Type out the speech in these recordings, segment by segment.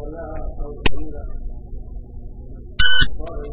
ولاها او سبيلا قال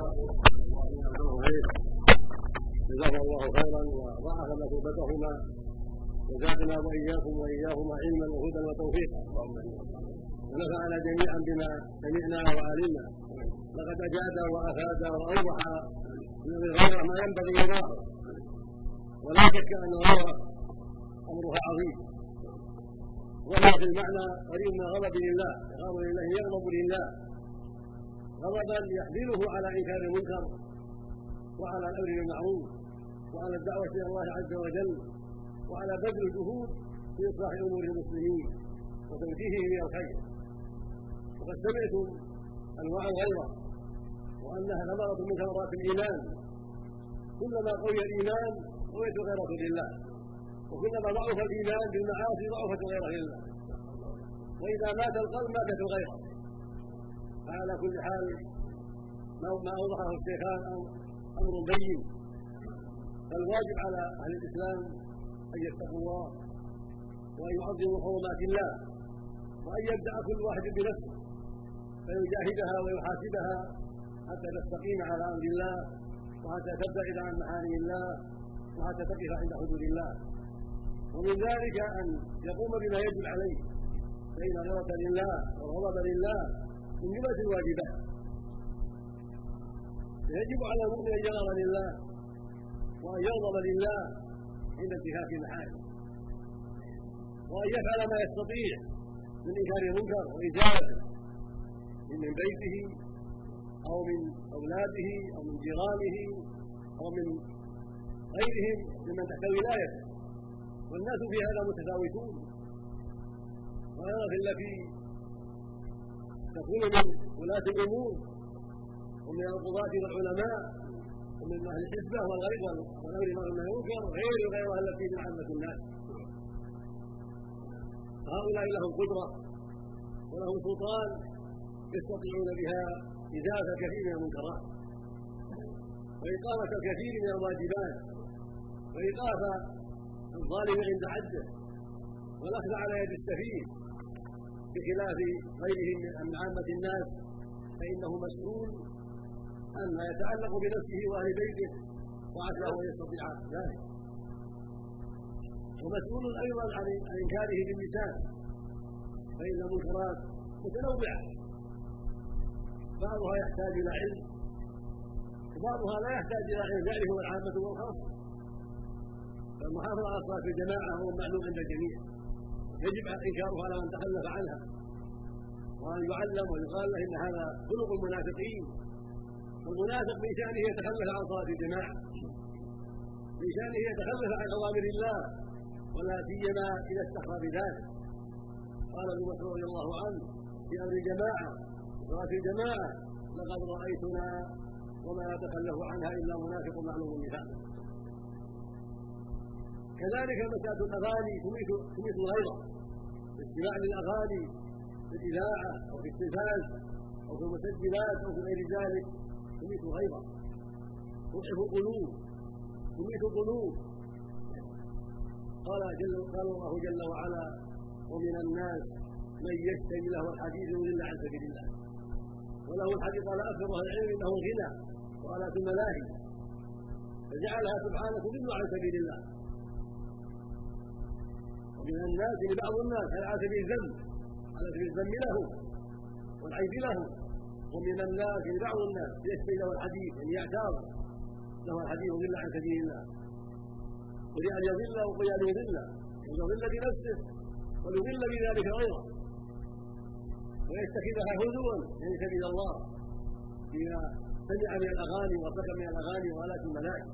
جزاهم الله خيرا وضاعف مثوبتهما وزادنا واياهما علما وهدى وتوفيقا ونفعنا جميعا بما سمعنا وعلمنا لقد اجاد وافاد واوضح من الغيره ما ينبغي ايضاحه ولا شك ان الغيره امرها عظيم وهو في المعنى قريب من غضب لله يغضب لله يغضب لله غضبا يحمله على انكار المنكر وعلى الامر بالمعروف وعلى الدعوه الى الله عز وجل وعلى بذل الجهود في اصلاح امور المسلمين وتوجيههم الى الخير. وقد سمعتم انواع الغيره وانها ثمره من ثمرات الايمان. كلما قوي الايمان قويت الغيره لله وكلما ضعف الايمان بالمعاصي ضعفت الغيره لله واذا مات القلب ماتت الغيره. فعلى كل حال ما اوضحه الشيخان امر بين فالواجب على اهل الاسلام ان يتقوا الله وان يعظموا حرمات الله وان يبدا كل واحد بنفسه فيجاهدها ويحاسبها حتى تستقيم على امر الله وحتى تبتعد عن محارم الله وحتى تقف عند حدود الله. ومن ذلك ان يقوم بما يجب عليه فان الغيرة لله والغضب لله من جملة الواجبات. فيجب على المؤمن ان يغضب لله وان يغضب لله عند انتهاك المحارم وان يفعل ما يستطيع من انكار المنكر وازالته من بيته او من اولاده او من جيرانه او من غيرهم ممن تحت ولايته. والناس في هذا متفاوتون والغيرة التي تكون من ولاة الامور ومن القضاة والعلماء ومن اهل الحزبه والامر ما ينكر غير الغيرة التي من عامة الناس. هؤلاء لهم قدرة ولهم سلطان يستطيعون بها إزالة كثير من المنكرات وإقامة الكثير من الواجبات وإيقاف الظالم عند حده والأخذ على يد السفيه بخلاف غيرهم من عامة الناس فإنه مسؤول عما يتعلق بنفسه وأهل بيته وعساه أن يستطيع ذلك ومسؤول أيضا عن إنكاره باللسان فإن المنكرات متنوعة بعضها يحتاج إلى علم وبعضها لا يحتاج إلى علم يعرفه العامة والخاصة. فالمحافظة على صلاة الجماعة هو معلوم عند الجميع يجب إنكارها على من تخلف عنها وأن يعلم ويقال له إن هذا خلق المنافقين. والمنافق من شأنه يتخلف عن صلاة الجماعة من شأنه يتخلف عن أوامر الله ولا سيما إذا استحضر بذلك. قال ابن مسعود رضي الله عنه في أمر الجماعة صلاة الجماعة لقد رأيتنا وما يتخلف عنها إلا منافق معلوم النفاق. كذلك مسألة الأغاني تميت الغيرة باستماع للأغاني في الإذاعة أو في التلفاز أو في المسجلات أو في غير ذلك تميت الغيرة تضعف القلوب تميت القلوب. قال الله جل وعلا ومن الناس من يشتري له الحديث ليضل عن سبيل الله وله الحديث قال أكثر أهل العلم إنه الغنى وآلات الملاهي فجعلها سبحانه تضل عن سبيل الله. ومن الناس لبعض الناس على سبيل الذم على سبيل الذم له والعيب له. ومن الناس لبعض الناس يشتري له الحديث ان يعتاض له الحديث يضل عن سبيل الله يريد ان يضل وقل ان يضل بنفسه ويضل بذلك غيره ويتخذها هزوا من سبيل الله فيما سمع من الاغاني وارتكب من الاغاني والات الملائكه.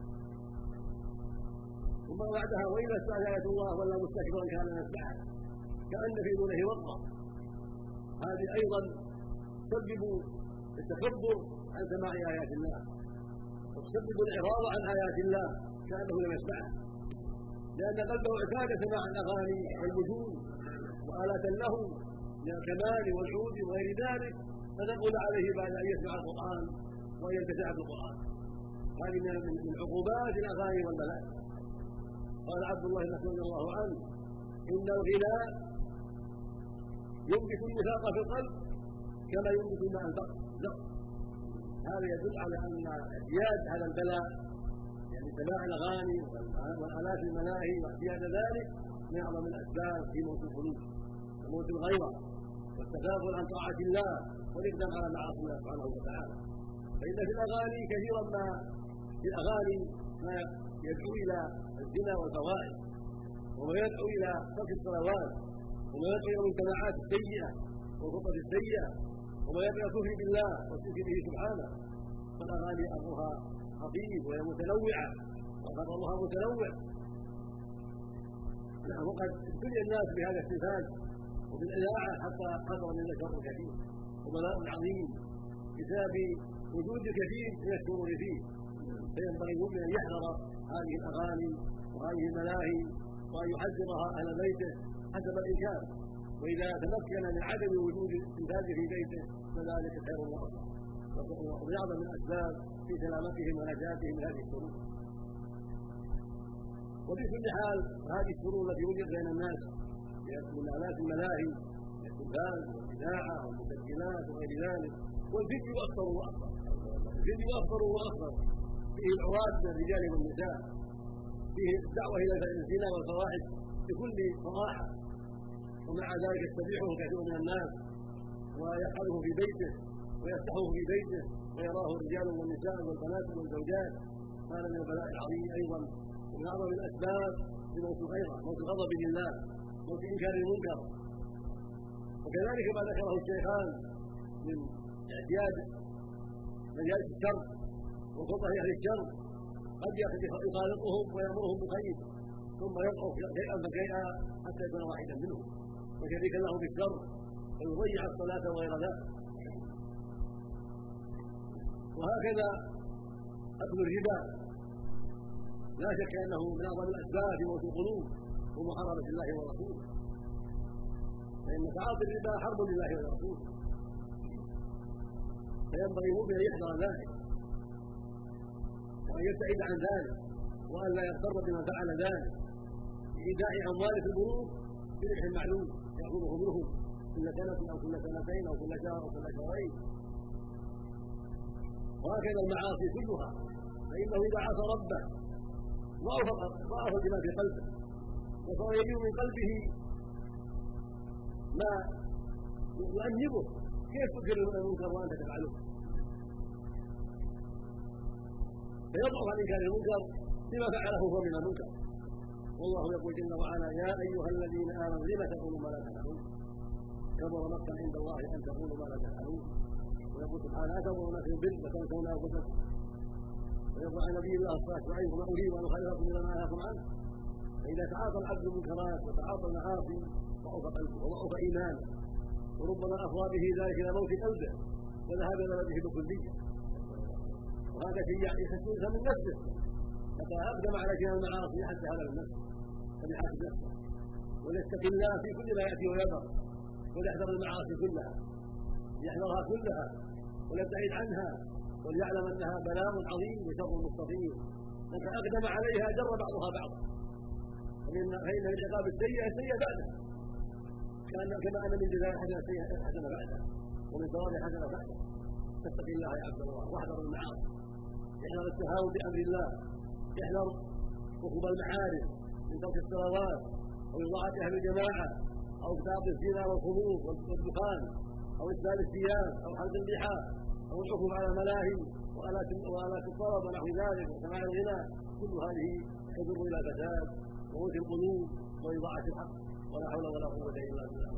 ثم بعدها واذا استعجلت الله ولا مستكبرا كان يسمعها كأن في دونه وقرا. هذه ايضا تسبب التكبر عن سماع ايات الله وتسبب الاعراض عن ايات الله كانه لم يسمعها لان قلبه اعتاد سماع الاغاني والوجود والات له من الكمال والعود وغير ذلك فتقول عليه بعد ان يسمع القران وان ينتفع بالقران. هذه من عقوبات الاغاني والبلاء. قال عبد الله بن مسعود رضي الله عنه ان الغناء ينبت النفاق في القلب كما ينبت الماء الزرع. هذا يدل على ان اعتياد هذا البلاء، يعني سماع الاغاني والالات الملاهي واعتياد ذلك من اعظم الاسباب في موت القلوب وموت الغيره والتغافل عن طاعه الله والاقدام على معاصي الله سبحانه وتعالى. فان في الاغاني كثيرا ما يدعو الى الزنا والفواحش، وما يدعو الى ترك الصلوات، وما يدعو الى المجتمعات السيئه والخطط السيئه، وما يدعو الكفر بالله والشرك به سبحانه. فالاغاني امرها خطير وهي متنوعه وخطرها متنوع. وقد ابتلي الناس بهذا التلفاز وبالاذاعه حتى حضر من شر كثير وبلاء عظيم بسبب وجود الكثير من الشرور فيه. فينبغي المؤمن ان يحذر هذه الاغاني وهذه الملاهي وان يحذرها اهل بيته حسب الامكان، واذا تمكن من عدم وجود التلفاز في بيته فذلك خير واصلح وبأعظم الاسباب في سلامتهم ونجاتهم من هذه الشرور. وبكل حال هذه الشرور التي وجدت بين الناس من آلات الملاهي التلفاز والاذاعه والمسجلات وغير ذلك، والفيديو اكثر واكثر، الفيديو اكثر واكثر، فيه العواد من الرجال والنساء، فيه الدعوه الى الزنا والفواحش بكل صراحه، ومع ذلك يستبيحه كثير من الناس ويفعله في بيته ويفتحه في بيته ويراه الرجال والنساء والبنات والزوجات. هذا من البلاء العظيم ايضا ومن اعظم الاسباب لموت الغيره، موت الغضب لله، موت انكار المنكر. وكذلك ما ذكره الشيخان من اعتياد مجالس الشر وخطه اهل الشر، قد يخالطهم ويامرهم بخير ثم يضعف شيئا فشيئا حتى يكون واحدا منهم وشريكا له بالشر فيضيع الصلاه وغير ذلك. وهكذا اكل الربا لا شك انه من اعظم الاسباب في موت القلوب ومحاربه الله ورسوله، فان تعاطي الربا حرب لله ورسوله، فينبغي المؤمن ان يحذر ذلك وان يبتعد عن ذلك وان لا يغتر بمن فعل ذلك بايداع اموال في البنوك بربح معلوم ياخذه منهم كل سنه او كل سنتين او كل شهر او كل شهرين. وهكذا المعاصي كلها، فانه اذا عصى ربه ضعف بما في قلبه وصار يجيء من قلبه ما يؤنبه، كيف تنكر المنكر وانت تفعله؟ فيضعف عن انكار المنكر بما فعله هو من المنكر. والله يقول جل وعلا: يا ايها الذين امنوا لم تقولوا ما لا تفعلون كبر مقتا عند الله ان تقولوا ما لا تفعلون. ويقول سبحانه: اتامرون بالبر وتنسون انفسكم. ويقول عن نبي الله الصالح: شعيب ما اريد ان اخالفكم الى ما انهاكم عنه. فاذا تعاطى العبد المنكرات وتعاطى المعاصي ضعف قلبه وضعف ايمانه، وربما افضى به ذلك الى موت قلبه وذهاب الى به بالكليه. وهذا شيء يحسسه من نفسه، حتى اقدم على شيء المعاصي حتى هذا من نفسه، فليحاسب نفسه وليتقي الله في كل ما ياتي ويذر، وليحذر المعاصي كلها، يحذرها كلها ويبتعد عنها، وليعلم انها بلاء عظيم وشر مستطير، متى اقدم عليها جر بعضها بعضا، فان العقاب السيئه السيئه بعدها، كما ان من جزاء الحسنه سيئه حسنه بعدها، ومن ثواب حسنه بعدها. فاتقي الله يا عبد الله واحذر المعاصي، يحذر التهاون بامر الله، يحذر ركوب المعارف من ترك الصلوات او اضاعه اهل الجماعه او ابتعاط الزنا والخمور والدخان او اسبال الثياب او حلق اللحى او الحكم على الملاهي والات الطرب ونحو ذلك وسماع الغناء. كل هذه تجر الى فساد وموت القلوب واضاعه الحق، ولا حول ولا قوه الا بالله.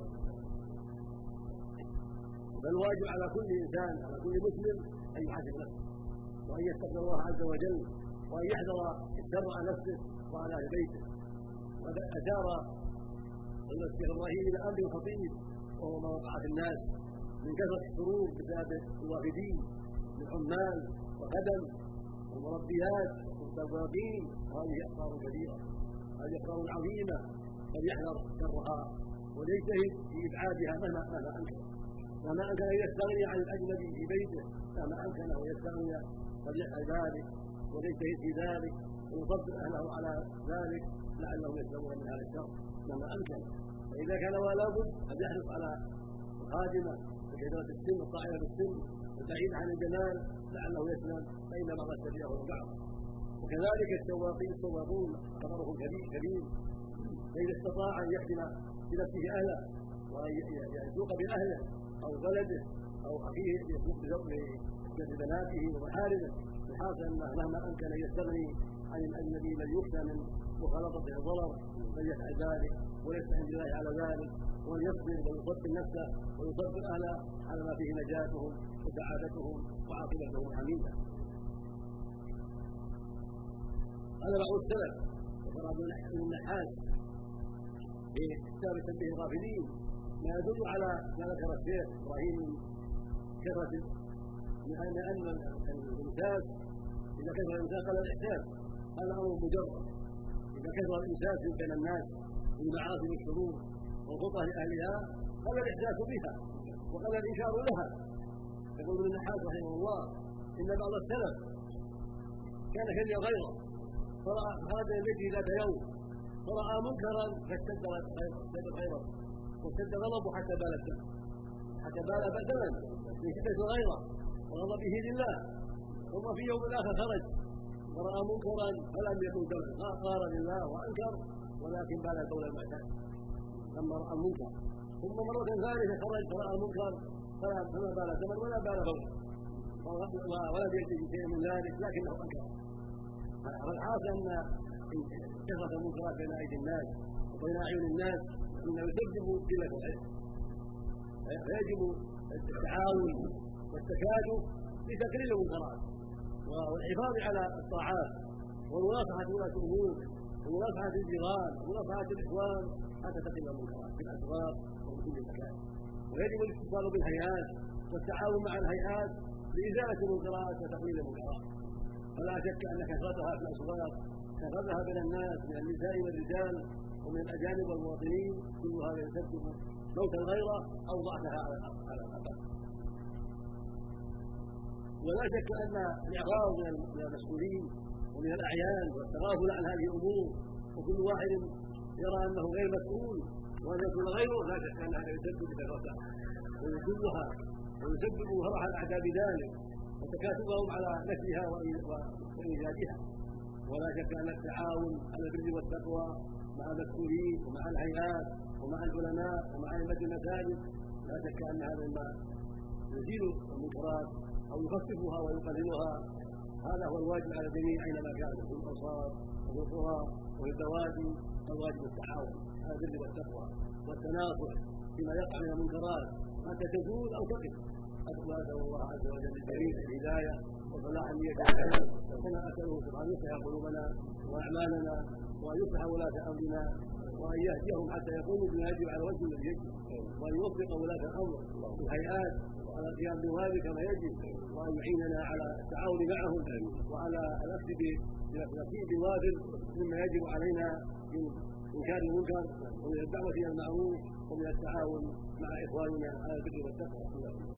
بل واجب على كل انسان، على كل مسلم، ان يحاسب نفسه وان يتقي الله عز وجل وان يحذر الشر عن نفسه وعلى اهل بيته. وقد اشار الشيخ ابراهيم الى امر خطير وهو ما وقع في الناس من كثره الشرور بسبب الوافدين من عمال وخدم ومربيات والسواقين، وهذه اخطار كبيره، هذه اخطار عظيمه، فليحذر شرها وليجتهد في ابعادها مهما امكن، وما امكن ان يستغني عن الاجنبي في بيته كما امكنه ان يستغني فليفعل ذلك وليجتهد في ذلك ويصبر اهله على ذلك لعلهم يسلمون من هذا الشر مهما امكن. فإذا كان ولا بد أن يحرص على الخادمة وكثرة السن والطائرة بالسن والبعيد عن الجمال لعله يسلم، فإن بعض الشريعة والبعض. وكذلك السواقون خطرهم كبير، فإذا استطاع أن يخدم بنفسه أهله وأن يسوق بأهله أو بلده أو أخيه يسوق ببناته ومحارمه، الحاصل أنه مهما أمكن أن يستغني عن الأجنبي من يخشى من مخالطته الضرر فليفعل ذلك ويستعين بالله على ذلك، وأن يصبر ويصبر نفسه ويصبر أهله على ما فيه نجاتهم وسعادتهم وعاقبتهم حميدة. قال بعض السلف وقال ابن النحاس في كتاب تنبيه الغافلين ما يدل على ما ذكر الشيخ ابراهيم كثرة من أن الإمساس إذا كثر الإمساس قال الإحساس، هذا أمر مجرد. إذا كثر الإمساس بين الناس بالمعاصي والشرور والخطأ لأهلها قال الإحساس بها وقال الإنكار لها. يقول ابن النحاس رحمه الله إن بعض السلف كان شديد غيره فخرج من بيته ذات يوم فرأى منكرا فاشتد غيره واشتد غضبه حتى بال الدم، حتى بال بدلا من شدة الغيرة وغضبه لله. ثم في يوم آخر خرج ورأى منكرا فلم يكن دما، قال لله وأنكر ولكن بال البول المعتاد لما رأى المنكر. ثم مرة ثالثة خرج فرأى المنكر فما بال دما ولا بال بولا ولم يأتي بشيء من ذلك لكنه أنكر. فالحاصل أن كثرة المنكرات بين أيدي الناس وبين أعين الناس إنه يسبب قلة العلم، فيجب التعاون والتكاتف لتقليل المنكرات والحفاظ على الطاعات ومناصحة ولاة الأمور ومناصحة الجيران ومناصحة الإخوان حتى تقل المنكرات في الأسواق وفي كل مكان. ويجب الاتصال بالهيئات والتعاون مع الهيئات لإزالة المنكرات وتقليل المنكرات. فلا شك أن كثرتها في الأسواق كثرتها بين الناس من النساء والرجال ومن الأجانب والمواطنين كل هذا يسبب موت الغيرة أو ضعفها على الأقل. ولا شك أن الإعراض من المسؤولين ومن الأعيان والتغافل عن هذه الأمور وكل واحد يرى أنه غير مسؤول وأن يكون غيره لا شك أن هذا يسبب كثرتها ويسببها ويسبب فرح الأعداء بذلك وتكاتفهم على نفسها وإيجادها. ولا شك أن التعاون على البر والتقوى مع المسؤولين ومع الهيئات ومع العلماء ومع أئمة المساجد لا شك أن هذا مما يزيل المنكرات أو يخففها ويقللها. هذا هو الواجب على الجميع أينما كان في الأوساط وفي القرى وفي البوادي، الواجب التعاون على البر والتقوى والتناصح فيما يقع من المنكرات حتى تزول أو تقف. أسأل الله عز وجل الجميع الهداية وصلاح النية كما أسأله سبحانه يصلح قلوبنا وأعمالنا وأن يصلح ولاة أمرنا وأن يهديهم حتى يقوموا بما يجب على وجه الذي يجب، وأن يوفق ولاة الأمر والهيئات على القيام بواجب كما يجب، وأن يعيننا على التعاون معهم وعلى الأخذ بنصيب وافر مما يجب علينا من إنكار المنكر ومن الدعوة إلى المعروف ومن التعاون مع إخواننا على البر والتقوى.